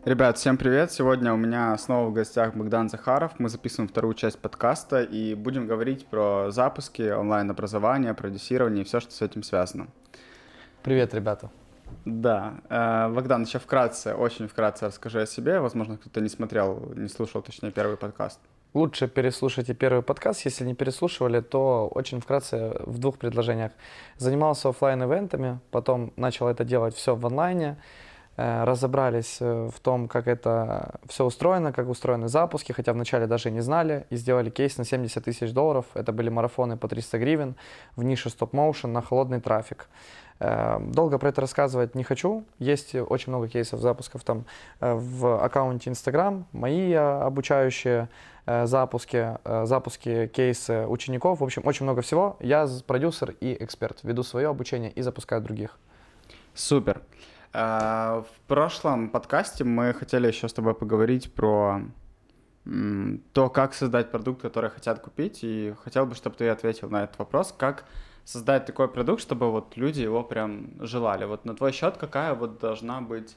Ребят, всем привет! Сегодня у меня снова в гостях Богдан Захаров. Мы записываем вторую часть подкаста и будем говорить про запуски, онлайн-образование, продюсирование и все, что с этим связано. Привет, ребята! Да, Богдан, еще вкратце, очень вкратце расскажи о себе. Возможно, кто-то не смотрел, не слушал, точнее, первый подкаст. Лучше переслушайте первый подкаст. Если не переслушивали, то очень вкратце в двух предложениях. Занимался офлайн-ивентами, потом начал это делать все в онлайне. Разобрались в том, как это все устроено, как устроены запуски, хотя вначале даже не знали, и сделали кейс на $70 тысяч. Это были марафоны по 300 гривен в нише стоп-моушен на холодный трафик. Долго про это рассказывать не хочу. Есть очень много кейсов запусков там в аккаунте Instagram, мои обучающие запуски, кейсы учеников. В общем, очень много всего. Я продюсер и эксперт. Веду свое обучение и запускаю других. Супер. В прошлом подкасте мы хотели еще с тобой поговорить про то, как создать продукт, который хотят купить, и хотел бы, чтобы ты ответил на этот вопрос, как создать такой продукт, чтобы вот люди его прям желали. Вот на твой счет какая вот должна быть,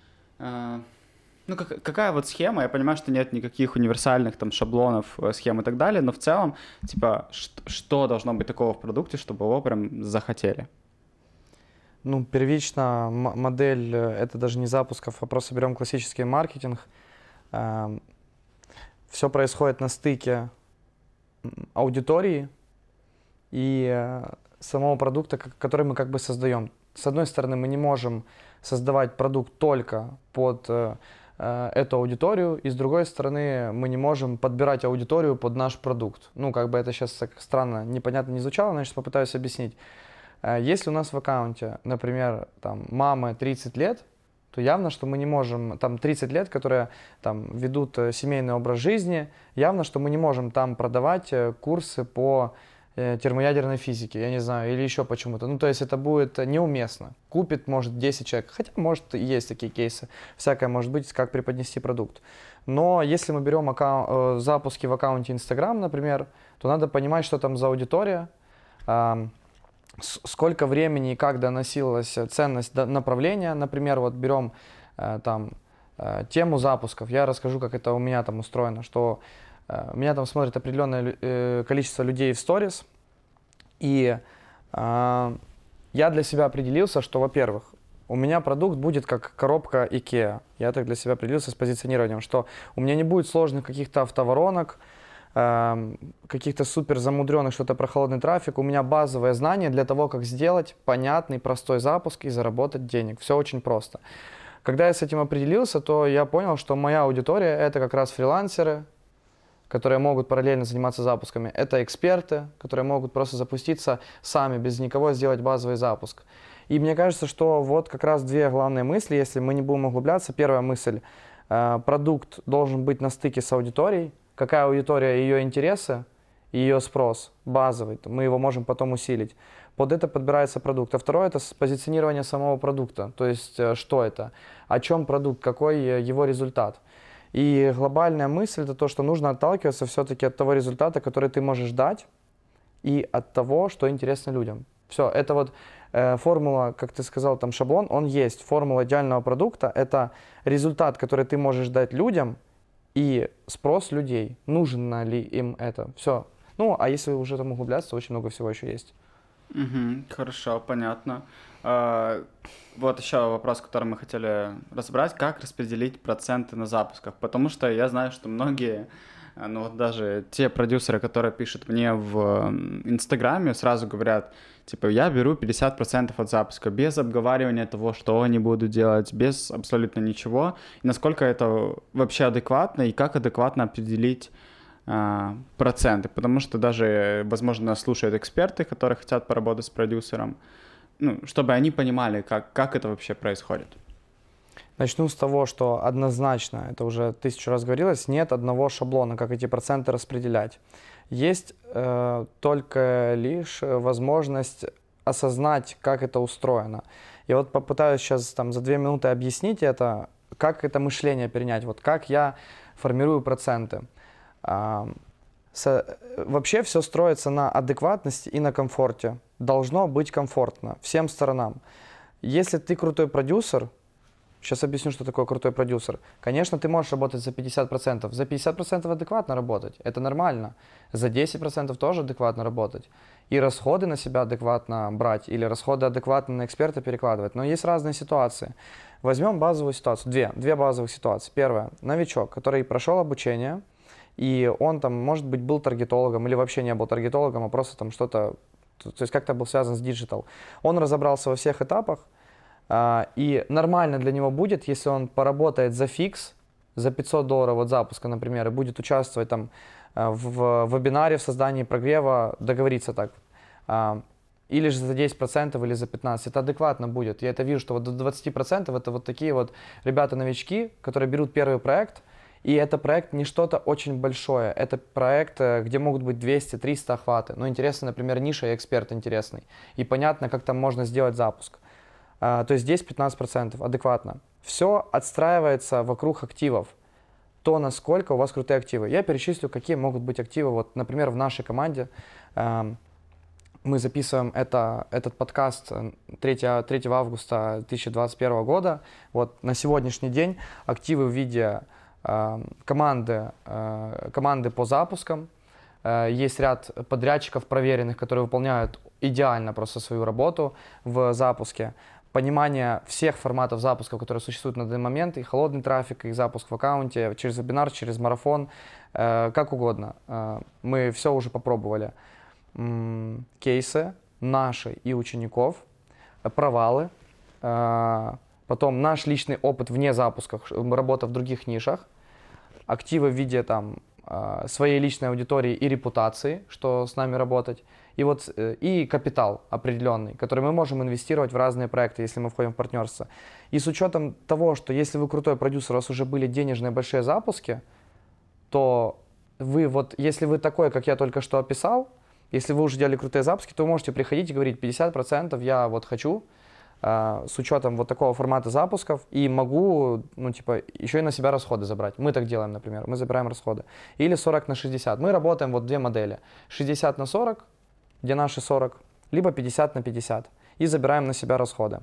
какая вот схема? Я понимаю, что нет никаких универсальных там шаблонов, схем и так далее, но в целом, типа, что должно быть такого в продукте, чтобы его прям захотели? Первично модель это даже не запусков, а просто берем классический маркетинг. Все происходит на стыке аудитории и самого продукта, который мы как бы создаем. С одной стороны, мы не можем создавать продукт только под эту аудиторию, и с другой стороны, мы не можем подбирать аудиторию под наш продукт. Это сейчас так странно, непонятно не звучало, но я сейчас попытаюсь объяснить. Если у нас в аккаунте, например, там, мамы 30 лет, то явно, что мы не можем, там 30 лет, которые там, ведут семейный образ жизни, явно, что мы не можем там продавать курсы по термоядерной физике, я не знаю, или еще почему-то. То есть это будет неуместно. Купит, может, 10 человек, хотя, может, и есть такие кейсы, всякое может быть, как преподнести продукт. Но если мы берем запуски в аккаунте Instagram, например, то надо понимать, что там за аудитория, сколько времени и как доносилась ценность направления. Например, вот берем тему запусков. Я расскажу, как это у меня там устроено, что меня там смотрит определенное количество людей в сторис. И я для себя определился, что, во-первых, у меня продукт будет как коробка IKEA. Я так для себя определился с позиционированием, что у меня не будет сложных каких-то автоворонок, каких-то супер замудренных что-то про холодный трафик. У меня базовое знание для того, как сделать понятный, простой запуск и заработать денег. Все очень просто. Когда я с этим определился, то я понял, что моя аудитория — это как раз фрилансеры, которые могут параллельно заниматься запусками. Это эксперты, которые могут просто запуститься сами, без никого сделать базовый запуск. И мне кажется, что вот как раз две главные мысли, если мы не будем углубляться. Первая мысль — продукт должен быть на стыке с аудиторией. Какая аудитория, ее интересы, ее спрос базовый, мы его можем потом усилить. Под это подбирается продукт. А второе — это позиционирование самого продукта. То есть, что это, о чем продукт, какой его результат. И глобальная мысль — это то, что нужно отталкиваться все-таки от того результата, который ты можешь дать, и от того, что интересно людям. Все, это вот формула, как ты сказал, там шаблон, он есть. Формула идеального продукта — это результат, который ты можешь дать людям, и спрос людей, нужно ли им это. Все. А если уже там углубляться, то очень много всего еще есть. Хорошо, понятно. Вот еще вопрос, который мы хотели разобрать. Как распределить проценты на запусках? Потому что я знаю, что многие, даже те продюсеры, которые пишут мне в Инстаграме, сразу говорят, типа, я беру 50% от запуска, без обговаривания того, что они будут делать, без абсолютно ничего. И насколько это вообще адекватно, и как адекватно определить проценты. Потому что даже, возможно, нас слушают эксперты, которые хотят поработать с продюсером, чтобы они понимали, как это вообще происходит. Начну с того, что однозначно, это уже 1000 раз говорилось, нет одного шаблона, как эти проценты распределять. Есть только лишь возможность осознать, как это устроено. Я вот попытаюсь сейчас за 2 минуты объяснить это, как это мышление перенять, вот как я формирую проценты. Вообще все строится на адекватности и на комфорте. Должно быть комфортно всем сторонам. Если ты крутой продюсер, Сейчас объясню, что такое крутой продюсер. Конечно, ты можешь работать за 50%. За 50% адекватно работать. Это нормально. За 10% тоже адекватно работать. И расходы на себя адекватно брать. Или расходы адекватно на эксперта перекладывать. Но есть разные ситуации. Возьмем базовую ситуацию. Две базовых ситуации. Первая. Новичок, который прошел обучение. И он там, может быть, был таргетологом или вообще не был таргетологом, а просто там что-то, то есть как-то был связан с диджитал. Он разобрался во всех этапах, и нормально для него будет, если он поработает за фикс, за $500 от запуска, например, и будет участвовать там в вебинаре, в создании прогрева, договориться так, или же за 10% или за 15%. Это адекватно будет. Я это вижу, что вот до 20% это вот такие вот ребята-новички, которые берут первый проект. И это проект не что-то очень большое, это проект, где могут быть 200-300 охваты. Ну, интересно, например, ниша и эксперт интересный. И понятно, как там можно сделать запуск. То есть здесь 15%, адекватно. Все отстраивается вокруг активов. То, насколько у вас крутые активы. Я перечислю, какие могут быть активы. Вот, например, в нашей команде мы записываем этот подкаст 3 августа 2021 года. Вот на сегодняшний день активы в виде команды по запускам. Есть ряд подрядчиков проверенных, которые выполняют идеально просто свою работу в запуске. Понимание всех форматов запусков, которые существуют на данный момент, и холодный трафик, и запуск в аккаунте, через вебинар, через марафон, как угодно. Мы все уже попробовали. Кейсы наши и учеников, провалы, потом наш личный опыт вне запусков, работа в других нишах, активы в виде там своей личной аудитории и репутации, что с нами работать, и вот и капитал определенный, который мы можем инвестировать в разные проекты, если мы входим в партнерство. И с учетом того, что если вы крутой продюсер, у вас уже были денежные большие запуски, то вы вот, если вы такой, как я только что описал, если вы уже делали крутые запуски, то вы можете приходить и говорить 50% я вот хочу, с учетом вот такого формата запусков, и могу, ну, типа, еще и на себя расходы забрать. Мы так делаем, например, мы забираем расходы. Или 40/60. Мы работаем вот две модели. 60/40, где наши 40, либо 50/50. И забираем на себя расходы.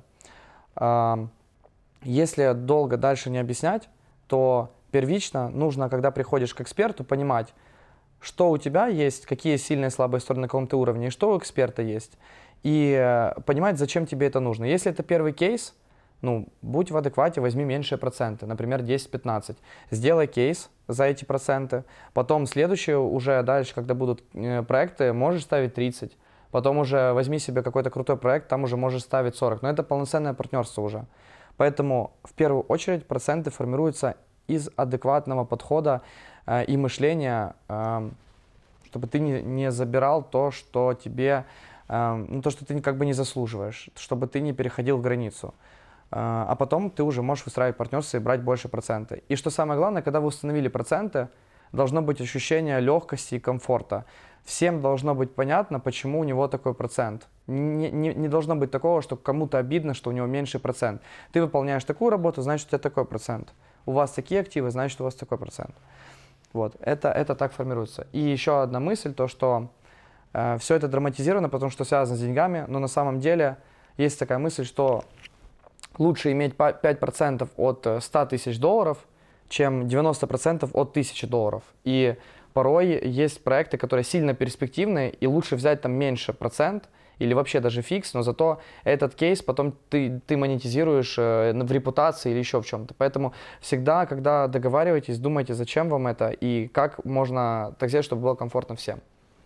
Если долго дальше не объяснять, то первично нужно, когда приходишь к эксперту, понимать, что у тебя есть, какие сильные и слабые стороны на каком-то уровне, и что у эксперта есть. И понимать, зачем тебе это нужно. Если это первый кейс, ну, будь в адеквате, возьми меньшие проценты, например, 10-15. Сделай кейс за эти проценты. Потом следующие уже дальше, когда будут проекты, можешь ставить 30. Потом уже возьми себе какой-то крутой проект, там уже можешь ставить 40. Но это полноценное партнерство уже. Поэтому в первую очередь проценты формируются из адекватного подхода и мышления, чтобы ты не забирал то, что тебе... ну, то, что ты как бы не заслуживаешь, чтобы ты не переходил границу. А потом ты уже можешь выстраивать партнерство и брать больше проценты. И что самое главное, когда вы установили проценты, должно быть ощущение легкости и комфорта. Всем должно быть понятно, почему у него такой процент. Не должно быть такого, что кому-то обидно, что у него меньший процент. Ты выполняешь такую работу, значит, у тебя такой процент. У вас такие активы, значит, у вас такой процент. Вот, это так формируется. И еще одна мысль, то, что все это драматизировано, потому что связано с деньгами, но на самом деле есть такая мысль, что лучше иметь 5% от $100 000, чем 90% от $1000. И порой есть проекты, которые сильно перспективные, и лучше взять там меньше процент, или вообще даже фикс, но зато этот кейс потом ты монетизируешь в репутации или еще в чем-то. Поэтому всегда, когда договариваетесь, думайте, зачем вам это, и как можно так сделать, чтобы было комфортно всем.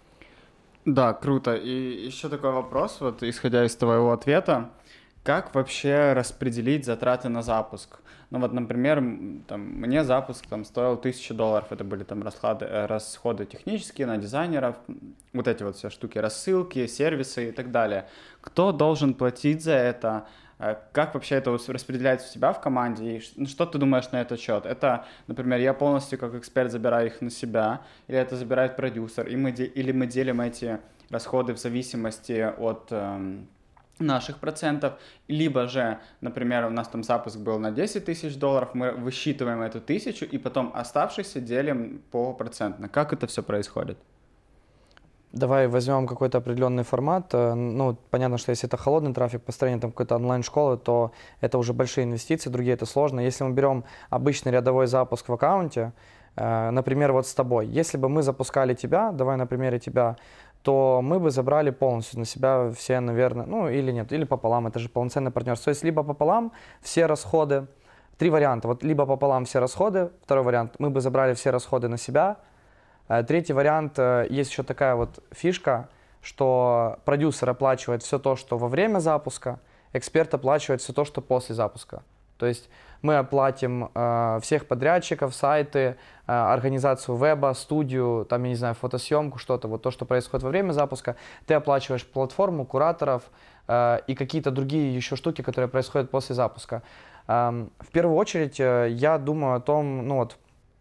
Да, круто. И еще такой вопрос, вот исходя из твоего ответа, как вообще распределить затраты на запуск? Ну вот, например, там, мне запуск там, стоил $1000, это были там расходы технические на дизайнеров, вот эти вот все штуки, рассылки, сервисы и так далее. Кто должен платить за это? Как вообще это распределяется у тебя в команде? И что ты думаешь на этот счет? Это, например, я полностью как эксперт забираю их на себя, или это забирает продюсер, или мы делим эти расходы в зависимости от наших процентов, либо же, например, у нас там запуск был на $10 000, мы высчитываем эту 1000 и потом оставшиеся делим по процентно. Как это все происходит? Давай возьмем какой-то определенный формат. Ну, понятно, что если это холодный трафик, построение там какой-то онлайн-школы, то это уже большие инвестиции, другие это сложно. Если мы берем обычный рядовой запуск в аккаунте, например, вот с тобой, если бы мы запускали тебя, давай на примере тебя, то мы бы забрали полностью на себя все, наверное, ну или нет, или пополам, это же полноценное партнерство. То есть либо пополам все расходы, три варианта, вот либо пополам все расходы, второй вариант, мы бы забрали все расходы на себя. Третий вариант, есть еще такая вот фишка, что продюсер оплачивает все то, что во время запуска, эксперт оплачивает все то, что после запуска. То есть мы оплатим всех подрядчиков, сайты, организацию веба, студию, там, я не знаю, фотосъемку, что-то, вот то, что происходит во время запуска. Ты оплачиваешь платформу, кураторов и какие-то другие еще штуки, которые происходят после запуска. В первую очередь я думаю о том, ну вот,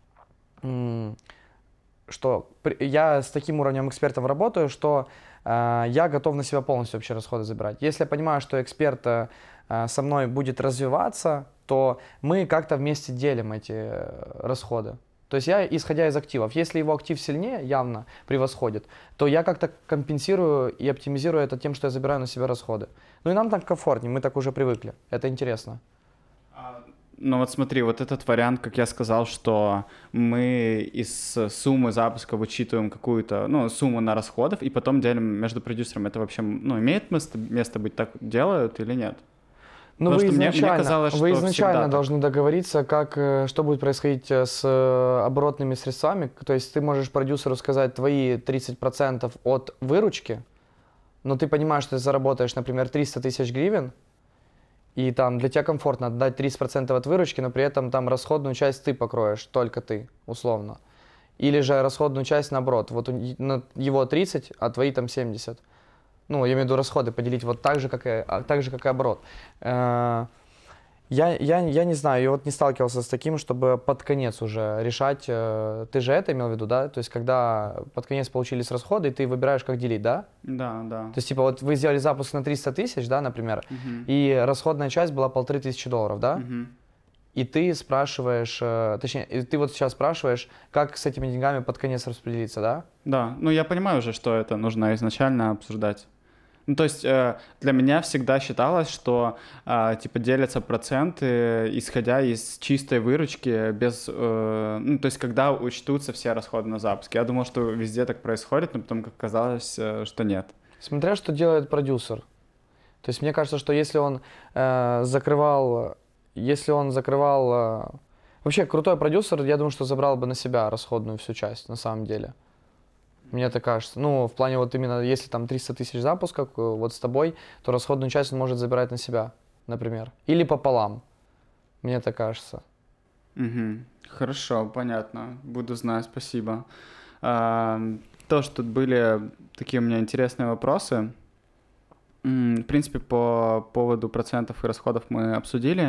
что я с таким уровнем экспертов работаю, что я готов на себя полностью вообще расходы забирать. Если я понимаю, что эксперт со мной будет развиваться, то мы как-то вместе делим эти расходы. То есть я, исходя из активов, если его актив сильнее, явно превосходит, то я как-то компенсирую и оптимизирую это тем, что я забираю на себя расходы. Ну и нам так комфортнее, мы так уже привыкли. Это интересно. Ну вот смотри, вот этот вариант, как я сказал, что мы из суммы запуска вычитываем какую-то, ну, сумму на расходов и потом делим между продюсером. Это вообще, ну, имеет место быть, так делают или нет? Ну, Потому вы что изначально, мне казалось, вы что изначально всегда должны договориться, что будет происходить с оборотными средствами. То есть ты можешь продюсеру сказать твои 30% от выручки, но ты понимаешь, что ты заработаешь, например, 300 тысяч гривен, и там для тебя комфортно отдать 30% от выручки, но при этом там расходную часть ты покроешь, только ты, условно. Или же расходную часть наоборот, вот его 30, а твои там 70. Ну, я имею в виду расходы поделить вот так же, как и оборот. Я не знаю, я вот не сталкивался с таким, чтобы под конец уже решать. Ты же это имел в виду, да? То есть, когда под конец получились расходы, и ты выбираешь, как делить, да? Да, да. То есть, типа, вот вы сделали запуск на 300 тысяч, да, например, и расходная часть была $1500, да? И ты спрашиваешь, точнее, ты вот сейчас спрашиваешь, как с этими деньгами под конец распределиться, да? Да, ну я понимаю уже, что это нужно изначально обсуждать. Ну, то есть для меня всегда считалось, что типа делятся проценты, исходя из чистой выручки, без, ну, то есть когда учтутся все расходы на запуск. Я думал, что везде так происходит, но потом как оказалось, что нет. Смотря что делает продюсер. То есть мне кажется, что если он закрывал... Вообще, крутой продюсер, я думаю, что забрал бы на себя расходную всю часть, на самом деле. Мне так кажется. Ну, в плане вот именно, если там 300 тысяч запусков вот с тобой, то расходную часть он может забирать на себя, например. Или пополам. Мне так кажется. Угу. Хорошо, понятно. Буду знать, спасибо. Тоже тут были такие у меня интересные вопросы. В принципе, по поводу процентов и расходов мы обсудили.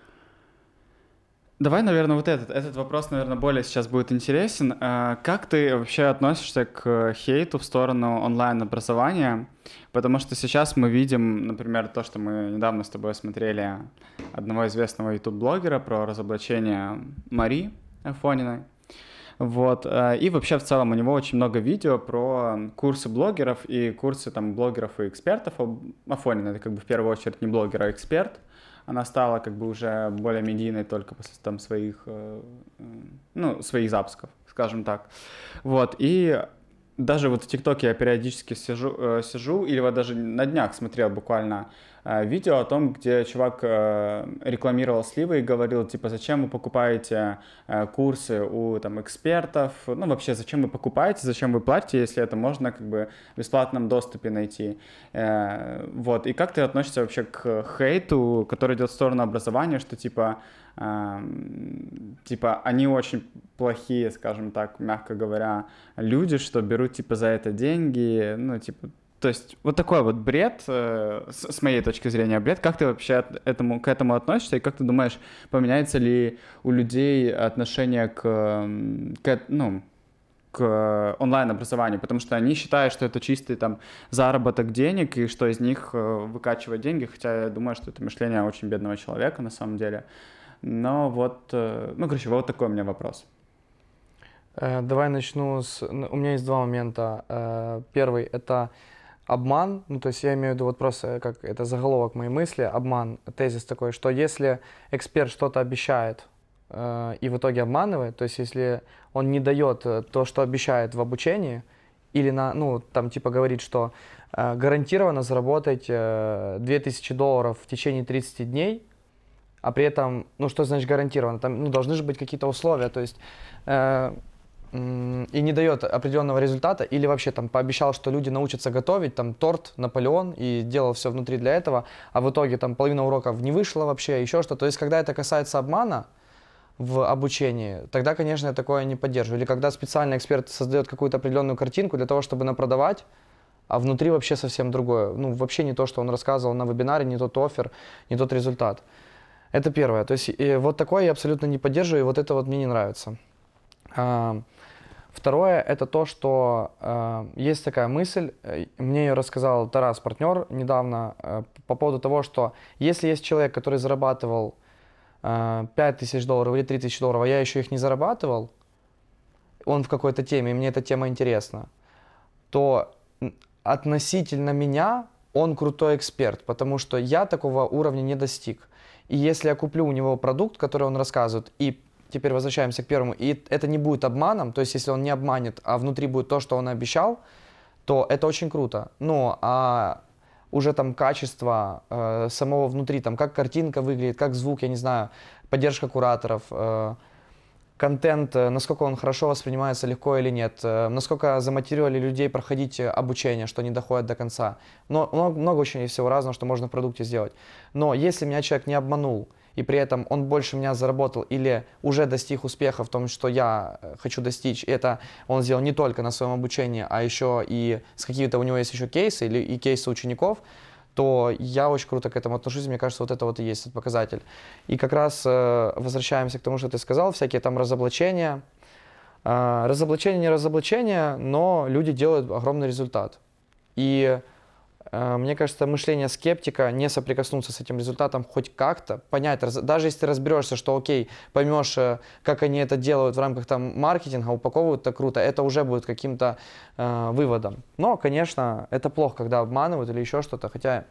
Давай, наверное, вот этот вопрос, наверное, более сейчас будет интересен. Как ты вообще относишься к хейту в сторону онлайн-образования? Потому что сейчас мы видим, например, то, что мы недавно с тобой смотрели одного известного YouTube-блогера про разоблачение Мари Афониной. Вот. И вообще в целом у него очень много видео про курсы блогеров и курсы там блогеров и экспертов. Афонина — это как бы в первую очередь не блогер, а эксперт. Она стала как бы уже более медийной только после там своих запусков, скажем так. Вот, и даже вот в ТикТоке я периодически сижу, или вот даже на днях смотрел буквально видео о том, где чувак рекламировал сливы и говорил, типа, зачем вы покупаете курсы у там экспертов, ну вообще, зачем вы покупаете, зачем вы платите, если это можно как бы в бесплатном доступе найти. Вот, и как ты относишься вообще к хейту, который идет в сторону образования, что типа они очень плохие, скажем так, мягко говоря, люди, что берут типа за это деньги, ну типа. То есть вот такой вот бред, с моей точки зрения, бред. Как ты вообще к этому относишься, и как ты думаешь, поменяется ли у людей отношение к онлайн-образованию? Потому что они считают, что это чистый там заработок денег, и что из них выкачивать деньги, хотя я думаю, что это мышление очень бедного человека на самом деле. Но вот, вот такой у меня вопрос. Давай начну с... У меня есть два момента. Первый — это обман. Ну, то есть я имею в виду вот просто, как это заголовок моей мысли, обман, тезис такой, что если эксперт что-то обещает и в итоге обманывает, то есть если он не дает то, что обещает в обучении, или ну, там типа говорит, что гарантированно заработать $2000 в течение 30 дней, а при этом, ну, что значит гарантированно? Там, ну, должны же быть какие-то условия, то есть и не дает определенного результата, или вообще там пообещал, что люди научатся готовить, там, торт Наполеон, и делал все внутри для этого, а в итоге там половина уроков не вышло вообще, еще что-то. То есть, когда это касается обмана в обучении, тогда, конечно, я такое не поддерживаю. Или когда специальный эксперт создает какую-то определенную картинку для того, чтобы напродавать, а внутри вообще совсем другое. Ну, вообще не то, что он рассказывал на вебинаре, не тот оффер, не тот результат. Это первое. То есть, вот такое я абсолютно не поддерживаю, и вот это вот мне не нравится. Второе — это то, что есть такая мысль, мне ее рассказал Тарас, партнер, недавно, по поводу того, что если есть человек, который зарабатывал $5000 или $3000, а я еще их не зарабатывал, он в какой-то теме, и мне эта тема интересна, то относительно меня он крутой эксперт, потому что я такого уровня не достиг. И если я куплю у него продукт, который он рассказывает, и теперь возвращаемся к первому, и это не будет обманом, то есть если он не обманет, а внутри будет то, что он обещал, то это очень круто. Ну, а уже там качество самого внутри, там как картинка выглядит, как звук, я не знаю, поддержка кураторов, контент, насколько он хорошо воспринимается, легко или нет, насколько замотивировали людей проходить обучение, что они доходят до конца. Но много очень всего разного, что можно в продукте сделать. Но если меня человек не обманул, и при этом он больше меня заработал или уже достиг успеха в том, что я хочу достичь, и это он сделал не только на своем обучении, а еще и с какими-то у него есть еще кейсы или и кейсы учеников, то я очень круто к этому отношусь, мне кажется, вот это вот и есть этот показатель. И как раз возвращаемся к тому, что ты сказал, всякие там разоблачения. Разоблачение, не разоблачение, но люди делают огромный результат. И мне кажется, мышление скептика не соприкоснуться с этим результатом хоть как-то, понять, даже если ты разберешься, что окей, поймешь, как они это делают в рамках там маркетинга, упаковывают это круто, это уже будет каким-то выводом. Но, конечно, это плохо, когда обманывают или еще что-то, хотя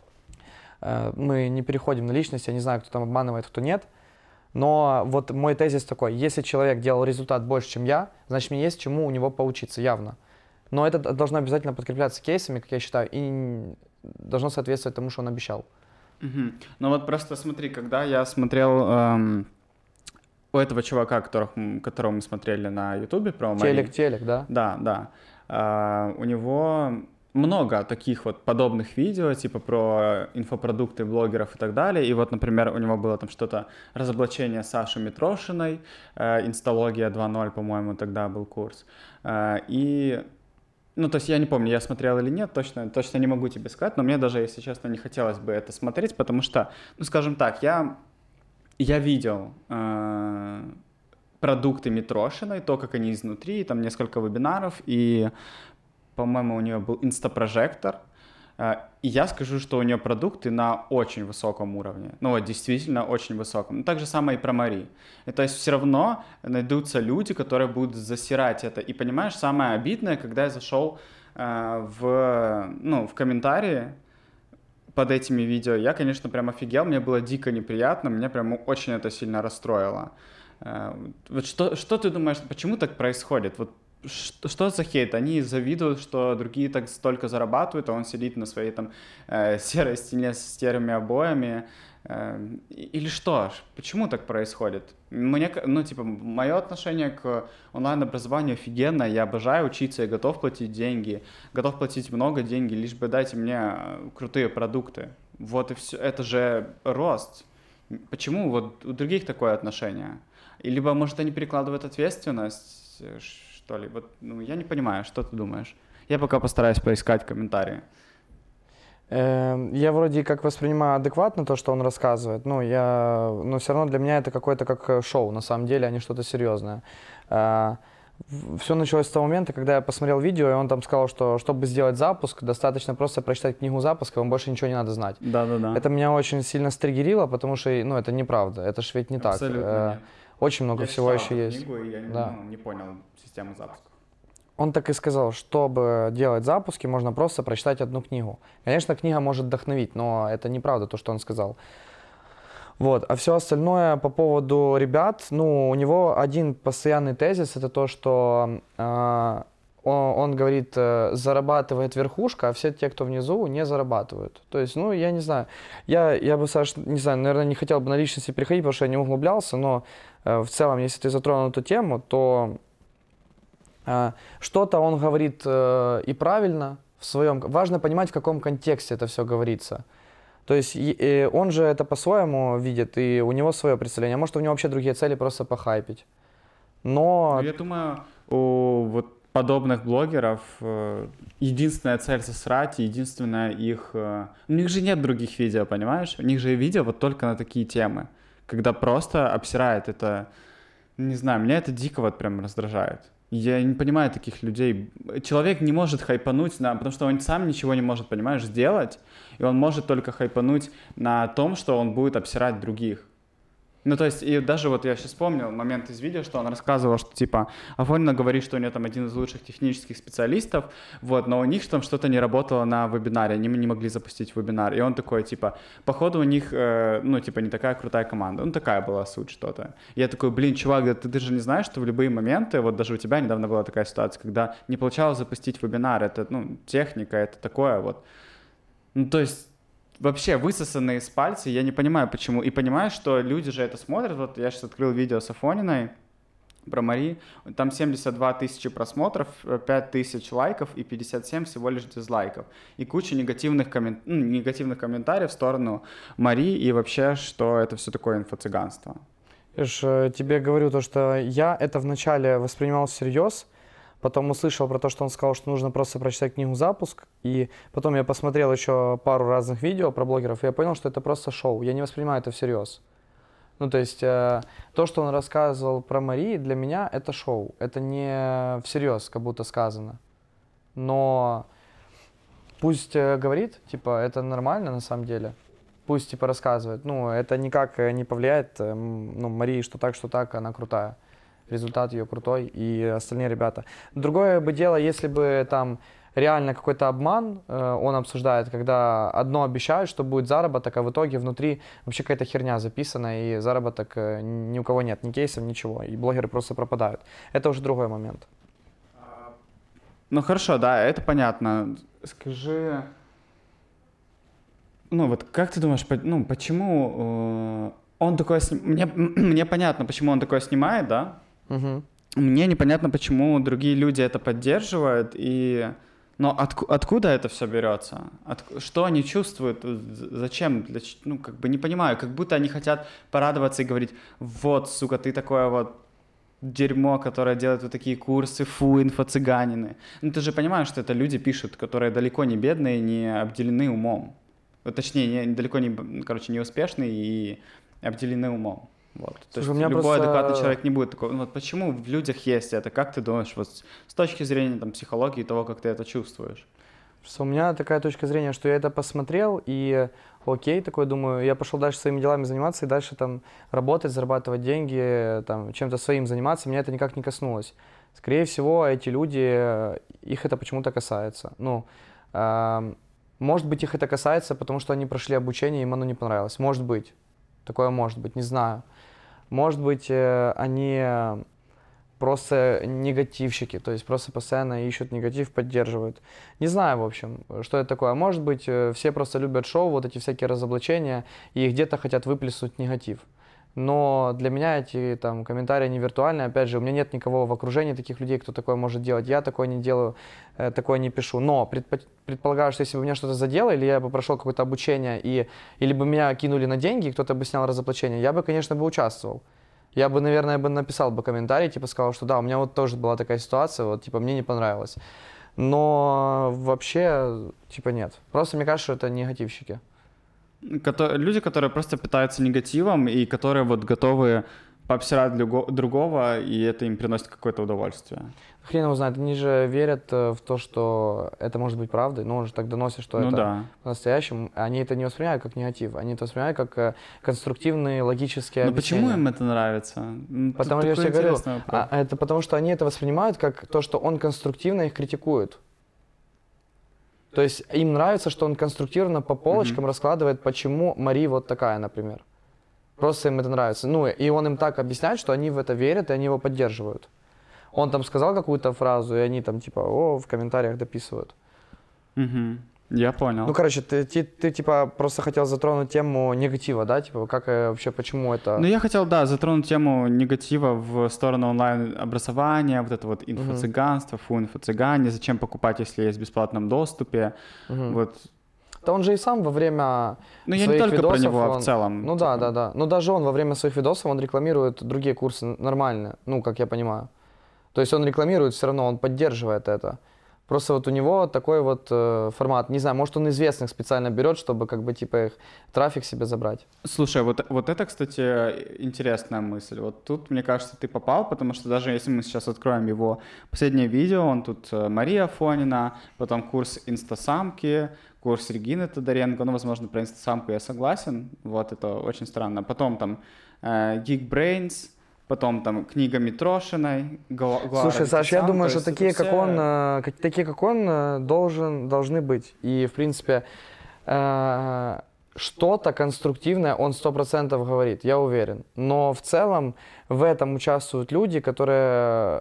мы не переходим на личность, я не знаю, кто там обманывает, кто нет. Но вот мой тезис такой, если человек делал результат больше, чем я, значит, мне есть чему у него поучиться, явно. Но это должно обязательно подкрепляться кейсами, как я считаю, и должно соответствовать тому, что он обещал. Угу. Ну вот просто смотри, когда я смотрел у этого чувака, которого мы смотрели на Ютубе про Мари... Телек, да? Да. У него много таких вот подобных видео, типа про инфопродукты блогеров и так далее. И вот, например, у него было там что-то разоблачение Саши Митрошиной, инсталогия 2.0, по-моему, тогда был курс. Ну, то есть я не помню, я смотрел или нет, точно не могу тебе сказать, но мне даже, если честно, не хотелось бы это смотреть, потому что, ну, скажем так, я видел продукты Митрошиной, то, как они изнутри, там несколько вебинаров, и, по-моему, у нее был инстапрожектор, и я скажу, что у нее продукты на очень высоком уровне, ну вот действительно очень высоком. Ну, так же самое и про Мари. И, то есть все равно найдутся люди, которые будут засирать это. И понимаешь, самое обидное, когда я зашел в комментарии под этими видео, я, конечно, прям офигел, мне было дико неприятно, меня прям очень это сильно расстроило. Вот что ты думаешь, почему так происходит? Вот что за хейт? Они завидуют, что другие так столько зарабатывают, а он сидит на своей там серой стене с серыми обоями. Или что? Почему так происходит? Мое отношение к онлайн-образованию офигенное. Я обожаю учиться, я готов платить деньги, готов платить много денег, лишь бы дайте мне крутые продукты. Вот и все. Это же рост. Почему вот у других такое отношение? Либо, может, они перекладывают ответственность, что ли? Вот, я не понимаю, что ты думаешь? Я пока постараюсь поискать комментарии. Я вроде как воспринимаю адекватно то, что он рассказывает, но все равно для меня это какое-то как шоу, на самом деле, а не что-то серьезное. все началось с того момента, когда я посмотрел видео, и он там сказал, что чтобы сделать запуск, достаточно просто прочитать книгу запуска, вам больше ничего не надо знать. Да-да-да. Это меня очень сильно стригерило, потому что, ну, это неправда, это ж ведь не так. Абсолютно нет. Очень много Я всего читал еще эту есть. книгу, и я Да. не понял систему запуска. Он так и сказал, чтобы делать запуски, можно просто прочитать одну книгу. Конечно, книга может вдохновить, но это неправда то, что он сказал. Вот. А все остальное по поводу ребят, ну, у него один постоянный тезис, это то, что он говорит, зарабатывает верхушка, а все те, кто внизу, не зарабатывают. То есть, ну, я не знаю, я бы, Саш, не знаю, наверное, не хотел бы на личности переходить, потому что я не углублялся, но в целом, если ты затронул эту тему, то что-то он говорит и правильно в своем... Важно понимать, в каком контексте это все говорится. То есть он же это по-своему видит, и у него свое представление. А может, у него вообще другие цели, просто похайпить. Но... Ну, я думаю, у вот подобных блогеров единственная цель засрать, единственная их... У них же нет других видео, понимаешь? У них же видео вот только на такие темы. Когда просто обсирает это... Не знаю, меня это дико вот прям раздражает. Я не понимаю таких людей. Человек не может хайпануть, потому что он сам ничего не может, понимаешь, сделать. И он может только хайпануть на том, что он будет обсирать других. Ну, то есть, и даже вот я сейчас вспомнил момент из видео, что он рассказывал, что, типа, Афонина говорит, что у него там один из лучших технических специалистов, вот, но у них там что-то не работало на вебинаре, они не могли запустить вебинар. И он такой, типа, походу у них, ну, типа, не такая крутая команда. Ну, такая была суть что-то. И я такой, блин, чувак, да ты же не знаешь, что в любые моменты, вот даже у тебя недавно была такая ситуация, когда не получалось запустить вебинар, это, ну, техника, это такое вот. Ну, то есть... Вообще высосанные из пальца, я не понимаю, почему. И понимаю, что люди же это смотрят. Вот я сейчас открыл видео с Афониной про Мари. Там 72 тысячи просмотров, 5 тысяч лайков и 57 всего лишь дизлайков. И куча негативных комментариев в сторону Мари и вообще, что это все такое инфо-цыганство. Я ж тебе говорю то, что я это вначале воспринимал всерьез, потом услышал про то, что он сказал, что нужно просто прочитать книгу «Запуск», и потом я посмотрел еще пару разных видео про блогеров, и я понял, что это просто шоу. Я не воспринимаю это всерьез. Ну, то есть то, что он рассказывал про Мари, для меня это шоу. Это не всерьез, как будто сказано. Но пусть говорит, типа, это нормально на самом деле. Пусть, типа, рассказывает. Ну, это никак не повлияет, ну, Мари, что так, она крутая. Результат ее крутой, и остальные ребята. Другое бы дело, если бы там реально какой-то обман он обсуждает, когда одно обещают, что будет заработок, а в итоге внутри вообще какая-то херня записана, и заработок ни у кого нет, ни кейсов, ничего, и блогеры просто пропадают. Это уже другой момент. Ну хорошо, да, это понятно. Скажи, ну вот как ты думаешь, ну почему он такое мне понятно, почему он такое снимает, да? Угу. Мне непонятно, почему другие люди это поддерживают, но откуда это все берется? Что они чувствуют? Зачем? Ну, как бы не понимаю. Как будто они хотят порадоваться и говорить, вот, сука, ты такое вот дерьмо, которое делает вот такие курсы, фу, инфо-цыганины. Ну, ты же понимаешь, что это люди пишут, которые далеко не бедные, не обделены умом. Точнее, далеко не, короче, не успешные и обделены умом. Вот. Слушай, То есть любой просто... адекватный человек не будет такого. Ну, вот почему в людях есть это? Как ты думаешь, вот с точки зрения там, психологии и того, как ты это чувствуешь? У меня такая точка зрения, что я это посмотрел, и окей, такой думаю, я пошел дальше своими делами заниматься и дальше там работать, зарабатывать деньги, там, чем-то своим заниматься, меня это никак не коснулось. Скорее всего, эти люди, их это почему-то касается. Ну, может быть, их это касается, потому что они прошли обучение, им оно не понравилось. Может быть. Такое может быть, не знаю. Может быть, они просто негативщики, то есть просто постоянно ищут негатив, поддерживают. Не знаю, в общем, что это такое. Может быть, все просто любят шоу, вот эти всякие разоблачения, и где-то хотят выплеснуть негатив. Но для меня эти там комментарии не виртуальные. Опять же, у меня нет никого в окружении таких людей, кто такое может делать. Я такое не делаю, такое не пишу. Но предполагаю, что если бы меня что-то задело, или я бы прошел какое-то обучение, или бы меня кинули на деньги, и кто-то бы снял разоблачение, я бы, конечно, бы участвовал. Я бы, наверное, написал бы комментарий, типа сказал, что да, у меня вот тоже была такая ситуация, вот, типа, мне не понравилось. Но вообще, типа, нет. Просто мне кажется, что это негативщики. Люди, которые просто питаются негативом и которые вот готовы пообсирать другого, и это им приносит какое-то удовольствие. Хрен его знает, они же верят в то, что это может быть правдой, но он же так доносит, что это по-настоящему. Они это не воспринимают как негатив, они это воспринимают как конструктивные логические объяснения. Но почему им это нравится? Потому что я тебе говорю, это потому что они это воспринимают как то, что он конструктивно их критикует. То есть им нравится, что он конструктивно по полочкам раскладывает, почему Мари вот такая, например. Просто им это нравится. Ну, и он им так объясняет, что они в это верят, и они его поддерживают. Он там сказал какую-то фразу, и они там типа, в комментариях дописывают. Я понял. Ну, короче, ты типа просто хотел затронуть тему негатива, да? Типа, как вообще, почему это... Ну, я хотел, да, затронуть тему негатива в сторону онлайн-образования, вот это вот инфо-цыганство, инфо-цыгане, зачем покупать, если есть в бесплатном доступе, вот. Да он же и сам во время своих я не только видосов, про него, а в целом. Ну типа. Да. Ну даже он во время своих видосов, он рекламирует другие курсы нормально, ну, как я понимаю. То есть он рекламирует все равно, он поддерживает это. Просто вот у него такой вот формат. Не знаю, может он известных специально берет, чтобы как бы типа их трафик себе забрать. Слушай, вот это, кстати, интересная мысль. Вот тут, мне кажется, ты попал, потому что даже если мы сейчас откроем его последнее видео, он тут Мария Афонина, потом курс инстасамки, курс Регины Тодоренко, ну, возможно, про инстасамку я согласен, вот это очень странно. Потом там Geekbrains, потом там книга Митрошиной. Слушай, Саш, я думаю, что такие, как он, должны быть. И, в принципе, что-то конструктивное он 100% говорит, я уверен. Но в целом в этом участвуют люди, которые...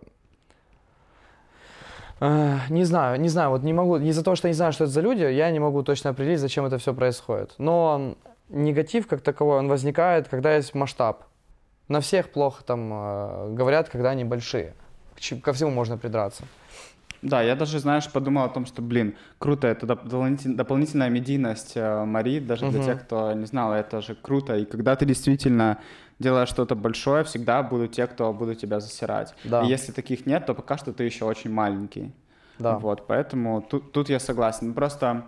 Не знаю, вот не могу, из-за того, что я не знаю, что это за люди, я не могу точно определить, зачем это все происходит. Но негатив как таковой, он возникает, когда есть масштаб. На всех плохо там говорят, когда они большие. Ко всему можно придраться. Да, я даже, знаешь, подумал о том, что, круто, это дополнительная медийность Мари, даже для тех, кто не знал, это же круто. И когда ты действительно делаешь что-то большое, всегда будут те, кто будут тебя засирать. Да. И если таких нет, то пока что ты еще очень маленький. Да. Вот, поэтому тут я согласен. Просто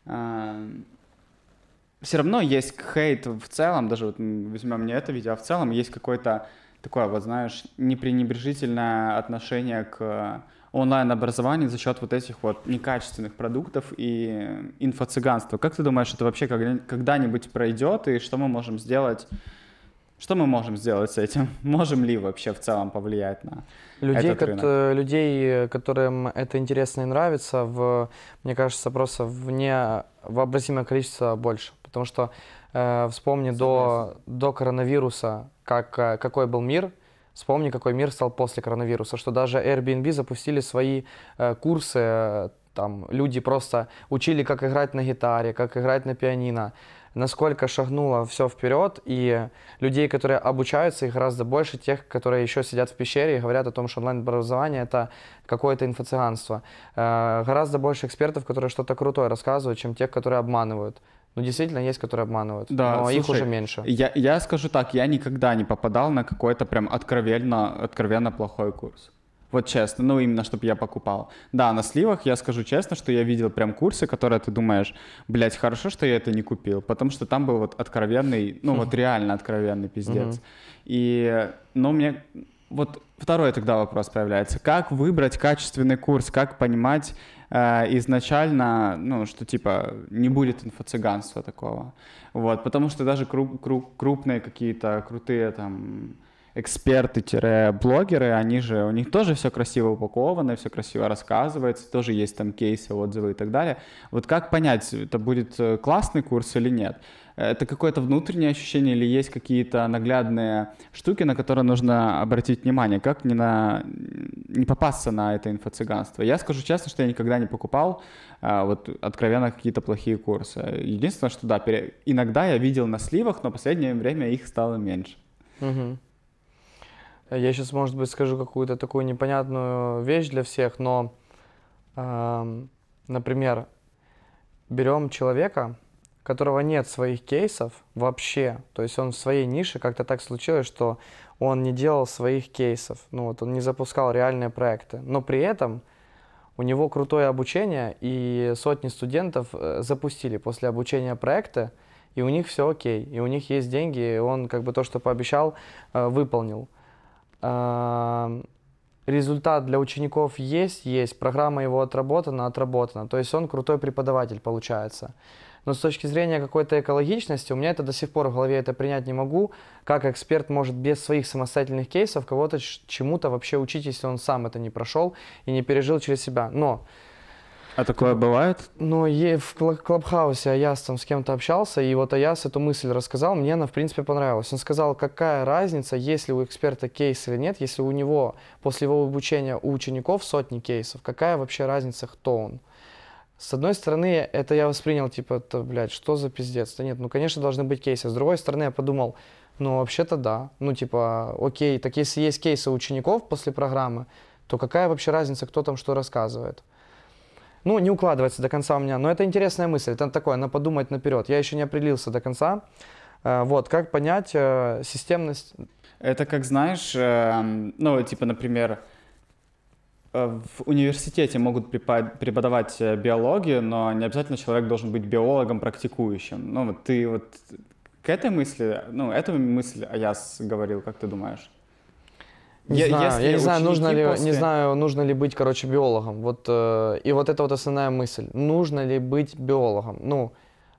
все равно есть хейт в целом, даже вот возьмем не это видео, а в целом есть какое-то такое, вот знаешь, непренебрежительное отношение к онлайн-образованию за счет вот этих вот некачественных продуктов и инфо-цыганства. Как ты думаешь, это вообще когда-нибудь пройдет, и что мы можем сделать? Что мы можем сделать с этим? Можем ли вообще в целом повлиять на этот рынок? Людей, которым это интересно и нравится, мне кажется, просто в невообразимое количество больше. Потому что вспомни до коронавируса, какой был мир, вспомни, какой мир стал после коронавируса, что даже Airbnb запустили свои курсы, там люди просто учили, как играть на гитаре, как играть на пианино, насколько шагнуло все вперед, и людей, которые обучаются, их гораздо больше, тех, которые еще сидят в пещере и говорят о том, что онлайн-образование — это какое-то инфо-цыганство. Гораздо больше экспертов, которые что-то крутое рассказывают, чем тех, которые обманывают. Ну, действительно, есть, которые обманывают, да, но слушай, их уже меньше. Я скажу так, я никогда не попадал на какой-то прям откровенно плохой курс. Вот честно, ну именно, чтобы я покупал. Да, на сливах я скажу честно, что я видел прям курсы, которые ты думаешь, блядь, хорошо, что я это не купил, потому что там был вот откровенный, ну вот реально откровенный пиздец. И, ну мне, вот второй тогда вопрос появляется, как выбрать качественный курс, как понимать изначально, ну, что типа не будет инфо-цыганства такого. Вот, потому что даже крупные какие-то крутые там эксперты-блогеры, у них тоже все красиво упаковано, все красиво рассказывается, тоже есть там кейсы, отзывы и так далее. Вот как понять, это будет классный курс или нет? Это какое-то внутреннее ощущение или есть какие-то наглядные штуки, на которые нужно обратить внимание? Как не попасться на это инфо-цыганство? Я скажу честно, что я никогда не покупал вот откровенно какие-то плохие курсы. Единственное, что да, иногда я видел на сливах, но в последнее время их стало меньше. Я сейчас, может быть, скажу какую-то такую непонятную вещь для всех, но, например, берем человека, у которого нет своих кейсов вообще, то есть он в своей нише, как-то так случилось, что он не делал своих кейсов, ну вот он не запускал реальные проекты, но при этом у него крутое обучение, и сотни студентов запустили после обучения проекты, и у них все окей, и у них есть деньги, и он как бы то, что пообещал, выполнил. Результат для учеников есть, программа его отработана. То есть он крутой преподаватель получается. Но с точки зрения какой-то экологичности, у меня это до сих пор в голове это принять не могу, как эксперт может без своих самостоятельных кейсов кого-то чему-то вообще учить, если он сам это не прошел и не пережил через себя. Но а такое бывает? но в Клабхаусе Аяс там с кем-то общался, и вот Аяс эту мысль рассказал, мне она в принципе понравилась. Он сказал, какая разница, есть ли у эксперта кейс или нет, если у него после его обучения у учеников сотни кейсов, какая вообще разница, кто он. С одной стороны, это я воспринял, типа, блядь, что за пиздец? Да нет, ну, конечно, должны быть кейсы. С другой стороны, я подумал, ну, вообще-то да. Ну, типа, окей, так если есть кейсы учеников после программы, то какая вообще разница, кто там что рассказывает? Ну, не укладывается до конца у меня, но это интересная мысль, это такое, на подумать наперед. Я еще не определился до конца. Вот, как понять системность? Это как, знаешь, ну, типа, например, в университете могут преподавать биологию, но не обязательно человек должен быть биологом практикующим. Ну, вот ты вот к этой мысли, ну, эту мысль Аяс говорил, как ты думаешь? Не знаю, я не знаю, после... не знаю, нужно ли быть, короче, биологом. Вот, и вот это вот основная мысль. Нужно ли быть биологом? Ну,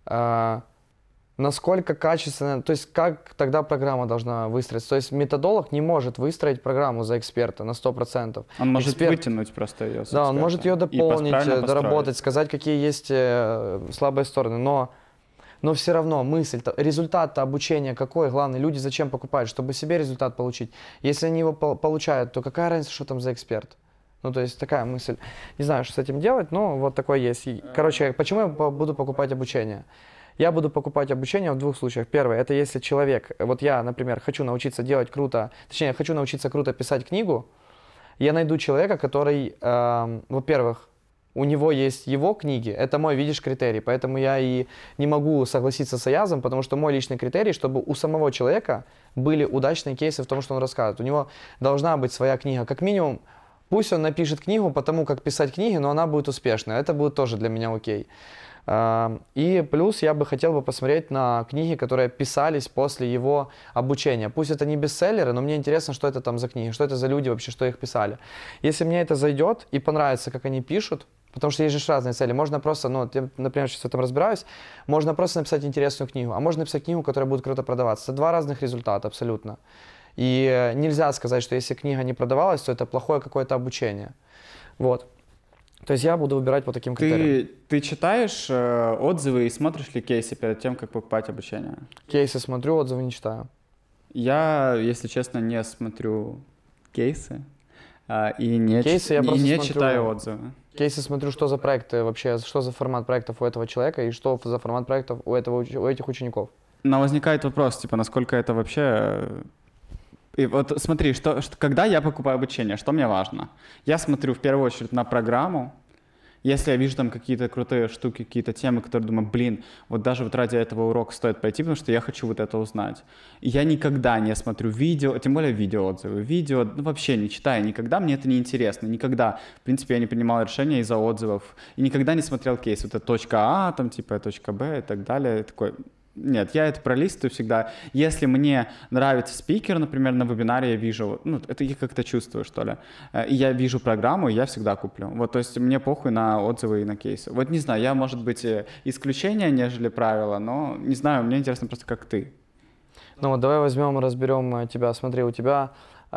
насколько качественно, то есть как тогда программа должна выстроиться? То есть методолог не может выстроить программу за эксперта на 100%. Он может вытянуть просто ее с Да, эксперта. он может ее дополнить, доработать, сказать, какие есть слабые стороны, но все равно мысль, результат обучения какой, главное, люди зачем покупают, чтобы себе результат получить. Если они его получают, то какая разница, что там за эксперт? Ну, то есть такая мысль. Не знаю, что с этим делать, но вот такое есть. Короче, почему я буду покупать обучение? Я буду покупать обучение в двух случаях. Первое, это если человек, вот я, например, хочу научиться делать круто, точнее, хочу научиться круто писать книгу, я найду человека, который, во-первых, у него есть его книги, это мой, видишь, критерий, поэтому я и не могу согласиться с Аязом, потому что мой личный критерий, чтобы у самого человека были удачные кейсы в том, что он рассказывает. У него должна быть своя книга, как минимум, пусть он напишет книгу по тому, как писать книги, но она будет успешной, это будет тоже для меня окей. И плюс я бы хотел бы посмотреть на книги, которые писались после его обучения. Пусть это не бестселлеры, но мне интересно, что это там за книги, что это за люди вообще, что их писали. Если мне это зайдет и понравится, как они пишут, потому что есть же разные цели. Можно просто, ну, я, например, сейчас в этом разбираюсь, можно просто написать интересную книгу, а можно написать книгу, которая будет круто продаваться. Это два разных результата абсолютно. И нельзя сказать, что если книга не продавалась, то это плохое какое-то обучение. Вот. То есть я буду выбирать по таким критериям. Ты читаешь отзывы и смотришь ли кейсы перед тем, как покупать обучение? Кейсы смотрю, отзывы не читаю. Я, если честно, не смотрю кейсы и не читаю отзывы. Кейсы смотрю, что за проекты вообще, что за формат проектов у этого человека и что за формат проектов у этих учеников. Но возникает вопрос, типа, насколько это вообще... И вот смотри, когда я покупаю обучение, что мне важно? Я смотрю в первую очередь на программу. Если я вижу там какие-то крутые штуки, какие-то темы, которые думаю, блин, вот даже вот ради этого урока стоит пойти, потому что я хочу вот это узнать. И я никогда не смотрю видео, тем более видеоотзывы. Видео, ну вообще не читаю никогда, мне это не интересно. Никогда, в принципе, я не принимал решения из-за отзывов. И никогда не смотрел кейс. Вот это точка А, там типа точка Б и так далее. Такой... Нет, я это пролистываю всегда. Если мне нравится спикер, например, на вебинаре я вижу, ну, это я как-то чувствую, что ли, и я вижу программу, я всегда куплю. Вот, то есть мне похуй на отзывы и на кейсы. Вот не знаю, я, может быть, исключение, нежели правило, но не знаю, мне интересно просто, как ты. Ну вот давай разберем тебя. Смотри, у тебя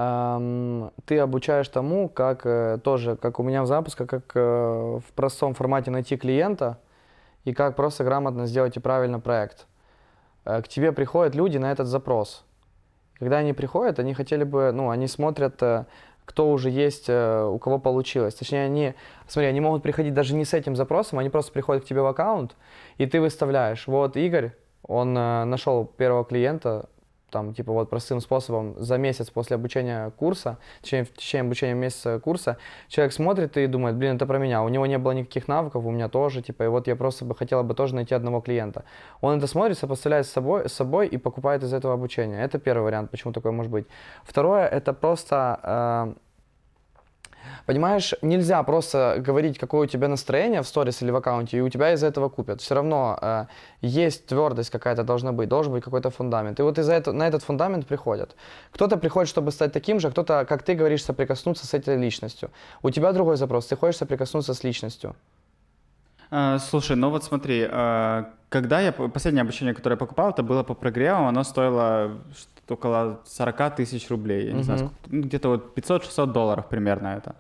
ты обучаешь тому, как тоже, как у меня в запуске, как в простом формате найти клиента и как просто грамотно сделать и правильно проект. К тебе приходят люди на этот запрос. Когда они приходят, они хотели бы, ну, они смотрят, кто уже есть, у кого получилось. Точнее, они могут приходить даже не с этим запросом, они просто приходят к тебе в аккаунт, и ты выставляешь. Вот Игорь, он нашел первого клиента, там, типа, вот простым способом, за месяц после обучения курса, в течение обучения месяца курса, человек смотрит и думает, блин, это про меня, у него не было никаких навыков, у меня тоже, типа, и вот я просто хотела бы тоже найти одного клиента. Он это смотрит, сопоставляет с собой и покупает из этого обучения. Это первый вариант, почему такое может быть. Второе, это просто Понимаешь, нельзя просто говорить, какое у тебя настроение в сторис или в аккаунте, и у тебя из-за этого купят. Все равно есть твердость какая-то должна быть, должен быть какой-то фундамент. И вот на этот фундамент приходят. Кто-то приходит, чтобы стать таким же, а кто-то, как ты говоришь, соприкоснуться с этой личностью. У тебя другой запрос, ты хочешь соприкоснуться с личностью. Слушай, ну вот смотри, когда последнее обучение, которое я покупал, это было по прогревам, оно стоило около 40 тысяч рублей, я не знаю, сколько, где-то вот $500-600 примерно это.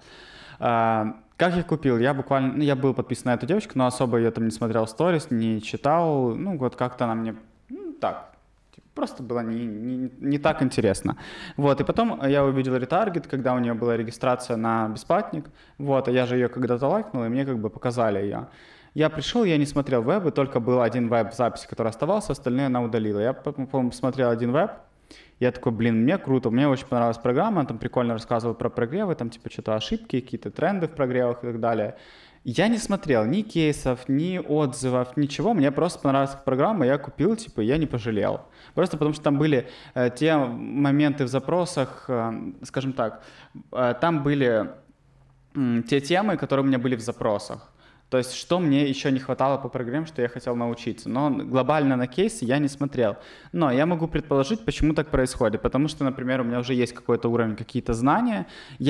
Как я купил? Я буквально, я был подписан на эту девочку, но особо ее там не смотрел сторис, не читал, ну вот как-то она мне, так, просто было не так интересно. Вот, и потом я увидел ретаргет, когда у нее была регистрация на бесплатник, вот, а я же ее когда-то лайкнул, и мне как бы показали ее. Я пришел, я не смотрел вебы, только был один веб в записи, который оставался, остальные она удалила. Я, по-моему, посмотрел один веб, я такой, блин, мне круто, мне очень понравилась программа, она там прикольно рассказывала про прогревы, там типа что-то ошибки, какие-то тренды в прогревах и так далее. Я не смотрел ни кейсов, ни отзывов, ничего, мне просто понравилась программа, я купил, типа, я не пожалел. Просто потому что там были те моменты в запросах, скажем так, там были те темы, которые у меня были в запросах. То есть, что мне еще не хватало по программе, что я хотел научиться. Но глобально на кейсы я не смотрел. Но я могу предположить, почему так происходит. Потому что, например, у меня уже есть какой-то уровень, какие-то знания.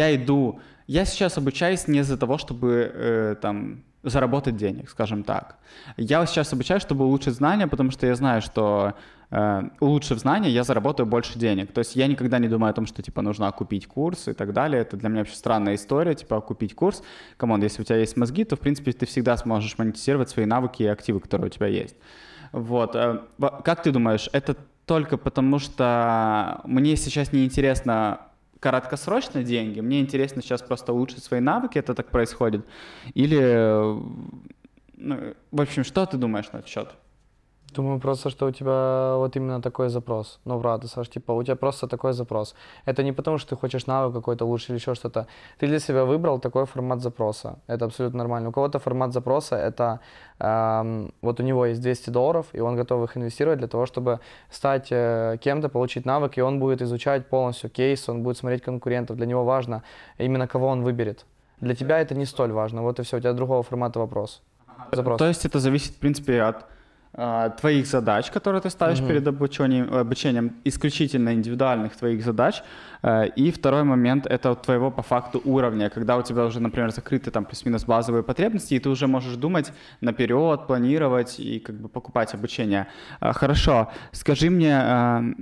Я сейчас обучаюсь не из-за того, чтобы там заработать денег, скажем так. Я сейчас обучаюсь, чтобы улучшить знания, потому что я знаю, что улучшив знания, я заработаю больше денег. То есть я никогда не думаю о том, что типа нужно окупить курс и так далее. Это для меня вообще странная история, типа окупить курс. Камон, если у тебя есть мозги, то в принципе ты всегда сможешь монетизировать свои навыки и активы, которые у тебя есть. Вот. Как ты думаешь, это только потому, что мне сейчас не интересно краткосрочно деньги, мне интересно сейчас просто улучшить свои навыки, это так происходит? Или, ну, в общем, что ты думаешь на этот счет? Думаю просто, что у тебя вот именно такой запрос. Ну, правда, Саш, типа, у тебя просто такой запрос. Это не потому, что ты хочешь навык какой-то лучше или еще что-то. Ты для себя выбрал такой формат запроса. Это абсолютно нормально. У кого-то формат запроса, это вот у него есть $200, и он готов их инвестировать для того, чтобы стать кем-то, получить навык, и он будет изучать полностью кейс, он будет смотреть конкурентов. Для него важно именно кого он выберет. Для тебя это не столь важно. Вот и все, у тебя другого формата запрос. То есть это зависит, в принципе, от твоих задач, которые ты ставишь перед обучением, исключительно индивидуальных твоих задач. И второй момент — это от твоего по факту уровня, когда у тебя уже, например, закрыты там плюс-минус базовые потребности, и ты уже можешь думать наперед, планировать и как бы покупать обучение. Хорошо, скажи мне,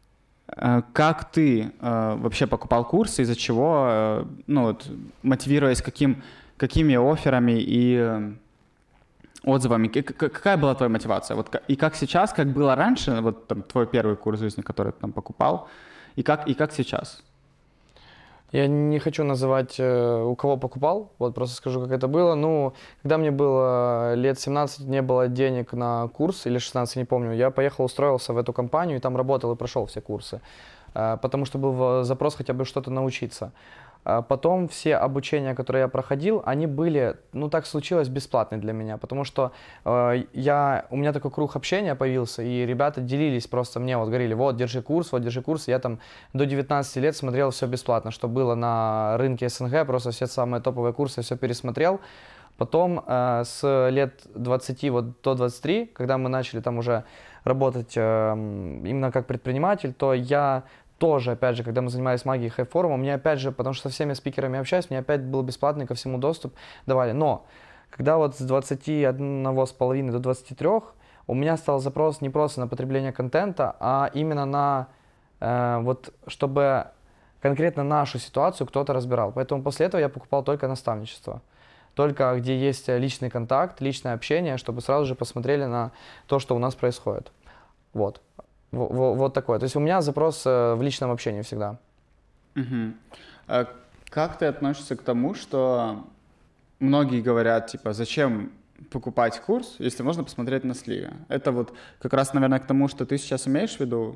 как ты вообще покупал курсы, из-за чего, ну вот, мотивируясь какими офферами и отзывами, какая была твоя мотивация? Вот, и как сейчас, как было раньше, вот там, твой первый курс жизни, который ты там покупал, и как сейчас? Я не хочу называть, у кого покупал, вот просто скажу, как это было. Ну, когда мне было лет 17, не было денег на курс, или 16, не помню, я поехал, устроился в эту компанию, и там работал и прошел все курсы, потому что был запрос хотя бы что-то научиться. Потом все обучения, которые я проходил, они были, ну так случилось, бесплатные для меня, потому что у меня такой круг общения появился, и ребята делились просто мне, вот говорили, вот, держи курс, я там до 19 лет смотрел все бесплатно, что было на рынке СНГ, просто все самые топовые курсы, все пересмотрел. Потом с лет 20 вот, до 23, когда мы начали там уже работать именно как предприниматель, то я тоже, опять же, когда мы занимались магией хайп-форумом, мне опять же, потому что со всеми спикерами общаюсь, мне опять был бесплатный ко всему доступ давали. Но когда вот с 21,5 до 23 у меня стал запрос не просто на потребление контента, а именно на вот, чтобы конкретно нашу ситуацию кто-то разбирал. Поэтому после этого я покупал только наставничество. Только где есть личный контакт, личное общение, чтобы сразу же посмотрели на то, что у нас происходит. Вот. Вот такое. То есть у меня запрос в личном общении всегда. А как ты относишься к тому, что многие говорят, типа, зачем покупать курс, если можно посмотреть на сливе? Это вот как раз, наверное, к тому, что ты сейчас имеешь в виду?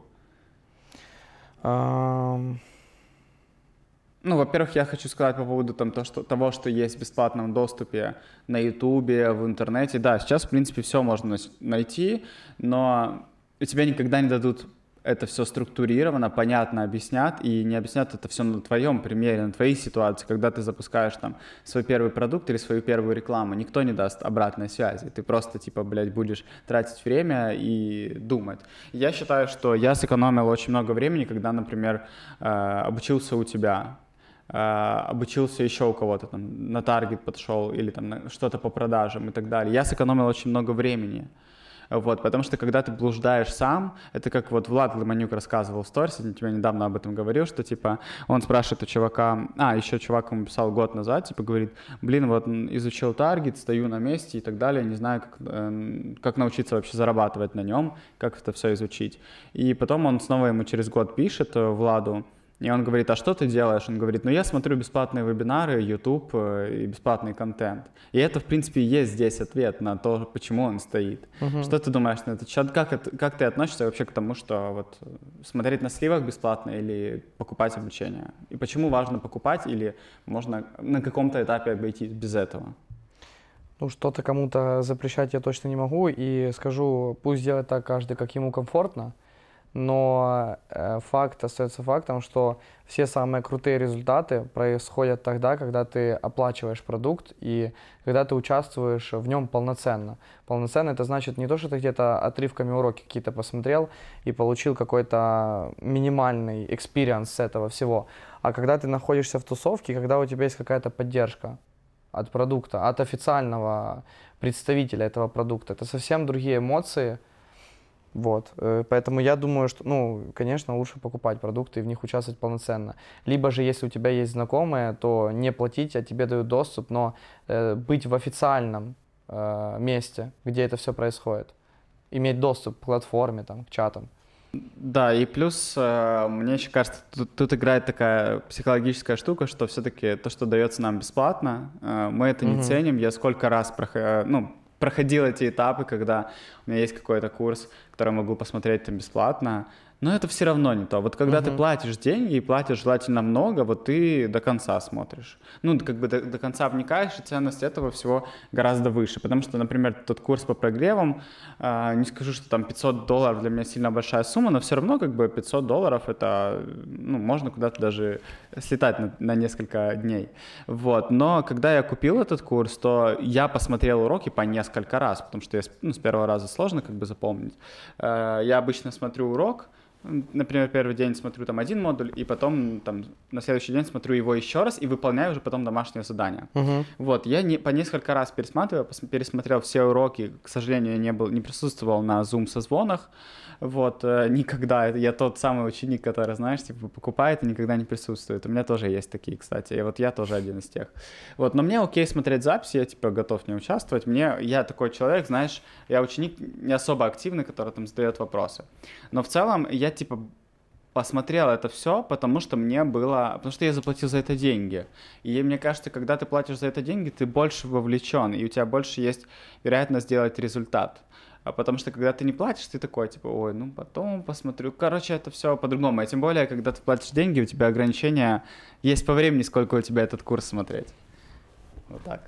Ну, во-первых, я хочу сказать по поводу того, что есть в бесплатном доступе на Ютубе, в интернете. Да, сейчас, в принципе, все можно найти, но у тебя никогда не дадут это все структурировано, понятно объяснят, и не объяснят это все на твоем примере, на твоей ситуации, когда ты запускаешь там свой первый продукт или свою первую рекламу, никто не даст обратной связи, ты просто, типа, блядь, будешь тратить время и думать. Я считаю, что я сэкономил очень много времени, когда, например, обучился у тебя, обучился еще у кого-то, там, на таргет подошел или там на что-то по продажам и так далее. Я сэкономил очень много времени. Вот, потому что когда ты блуждаешь сам, это как вот Влад Ломанюк рассказывал в сторис, я тебе недавно об этом говорил, что типа он спрашивает у чувака, еще чувак ему писал год назад, типа говорит, блин, вот изучил таргет, стою на месте и так далее, не знаю, как научиться вообще зарабатывать на нем, как это все изучить. И потом он снова ему через год пишет, Владу, и он говорит, а что ты делаешь? Он говорит, я смотрю бесплатные вебинары, YouTube и бесплатный контент. И это, в принципе, и есть здесь ответ на то, почему он стоит. Что ты думаешь на этот счет? Как ты относишься вообще к тому, что вот смотреть на сливах бесплатно или покупать обучение? И почему важно покупать или можно на каком-то этапе обойтись без этого? Что-то кому-то запрещать я точно не могу. И скажу, пусть делает так каждый, как ему комфортно. Но факт остается фактом, что все самые крутые результаты происходят тогда, когда ты оплачиваешь продукт и когда ты участвуешь в нем полноценно. Полноценно это значит не то, что ты где-то отрывками уроки какие-то посмотрел и получил какой-то минимальный экспириенс с этого всего, а когда ты находишься в тусовке, когда у тебя есть какая-то поддержка от продукта, от официального представителя этого продукта. Это совсем другие эмоции. Вот, поэтому я думаю, что, конечно, лучше покупать продукты и в них участвовать полноценно. Либо же, если у тебя есть знакомые, то не платить, а тебе дают доступ, но быть в официальном месте, где это все происходит. Иметь доступ к платформе, там, к чатам. Да, и плюс, мне еще кажется, тут играет такая психологическая штука, что все-таки то, что дается нам бесплатно, мы это не ценим. Я сколько раз проходил эти этапы, когда у меня есть какой-то курс, который я могу посмотреть там бесплатно, но это все равно не то. Вот когда ты платишь деньги и платишь желательно много, вот ты до конца смотришь. Как бы до конца вникаешь, и ценность этого всего гораздо выше. Потому что, например, тот курс по прогревам, не скажу, что там $500 для меня сильно большая сумма, но все равно как бы $500 это, можно куда-то даже слетать на несколько дней. Вот. Но когда я купил этот курс, то я посмотрел уроки по несколько раз, потому что с первого раза сложно как бы запомнить. Я обычно смотрю урок, например, первый день смотрю там один модуль, и потом там на следующий день смотрю его еще раз и выполняю уже потом домашнее задание. Вот, я по несколько раз пересмотрел все уроки, к сожалению, я не присутствовал на Zoom-созвонах, вот, никогда, я тот самый ученик, который, знаешь, типа покупает и никогда не присутствует, у меня тоже есть такие, кстати, и вот я тоже один из тех. Вот, но мне окей смотреть записи, я типа готов в ней участвовать, я такой человек, знаешь, я ученик не особо активный, который там задает вопросы, но в целом я типа посмотрел это все, потому что я заплатил за это деньги. И мне кажется, когда ты платишь за это деньги, ты больше вовлечен, и у тебя больше есть вероятность сделать результат. Потому что когда ты не платишь, ты такой, типа, потом посмотрю. Короче, это все по-другому. А тем более, когда ты платишь деньги, у тебя ограничения есть по времени, сколько у тебя этот курс смотреть. Вот так.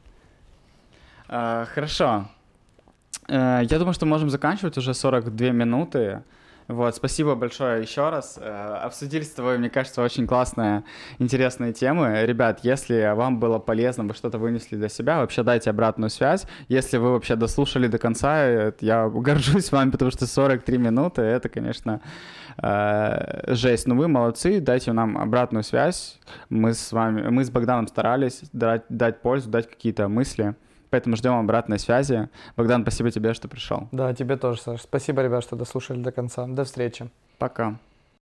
Хорошо. Я думаю, что можем заканчивать, уже 42 минуты. Вот, спасибо большое еще раз. Обсудили с тобой, мне кажется, очень классные, интересные темы. Ребят, если вам было полезно, вы что-то вынесли для себя, вообще дайте обратную связь. Если вы вообще дослушали до конца, я горжусь вами, потому что 43 минуты, это, конечно, жесть. Но вы молодцы, дайте нам обратную связь. Мы с Богданом старались дать пользу, дать какие-то мысли. Поэтому ждем обратной связи. Богдан, спасибо тебе, что пришел. Да, тебе тоже, Саш. Спасибо, ребят, что дослушали до конца. До встречи. Пока.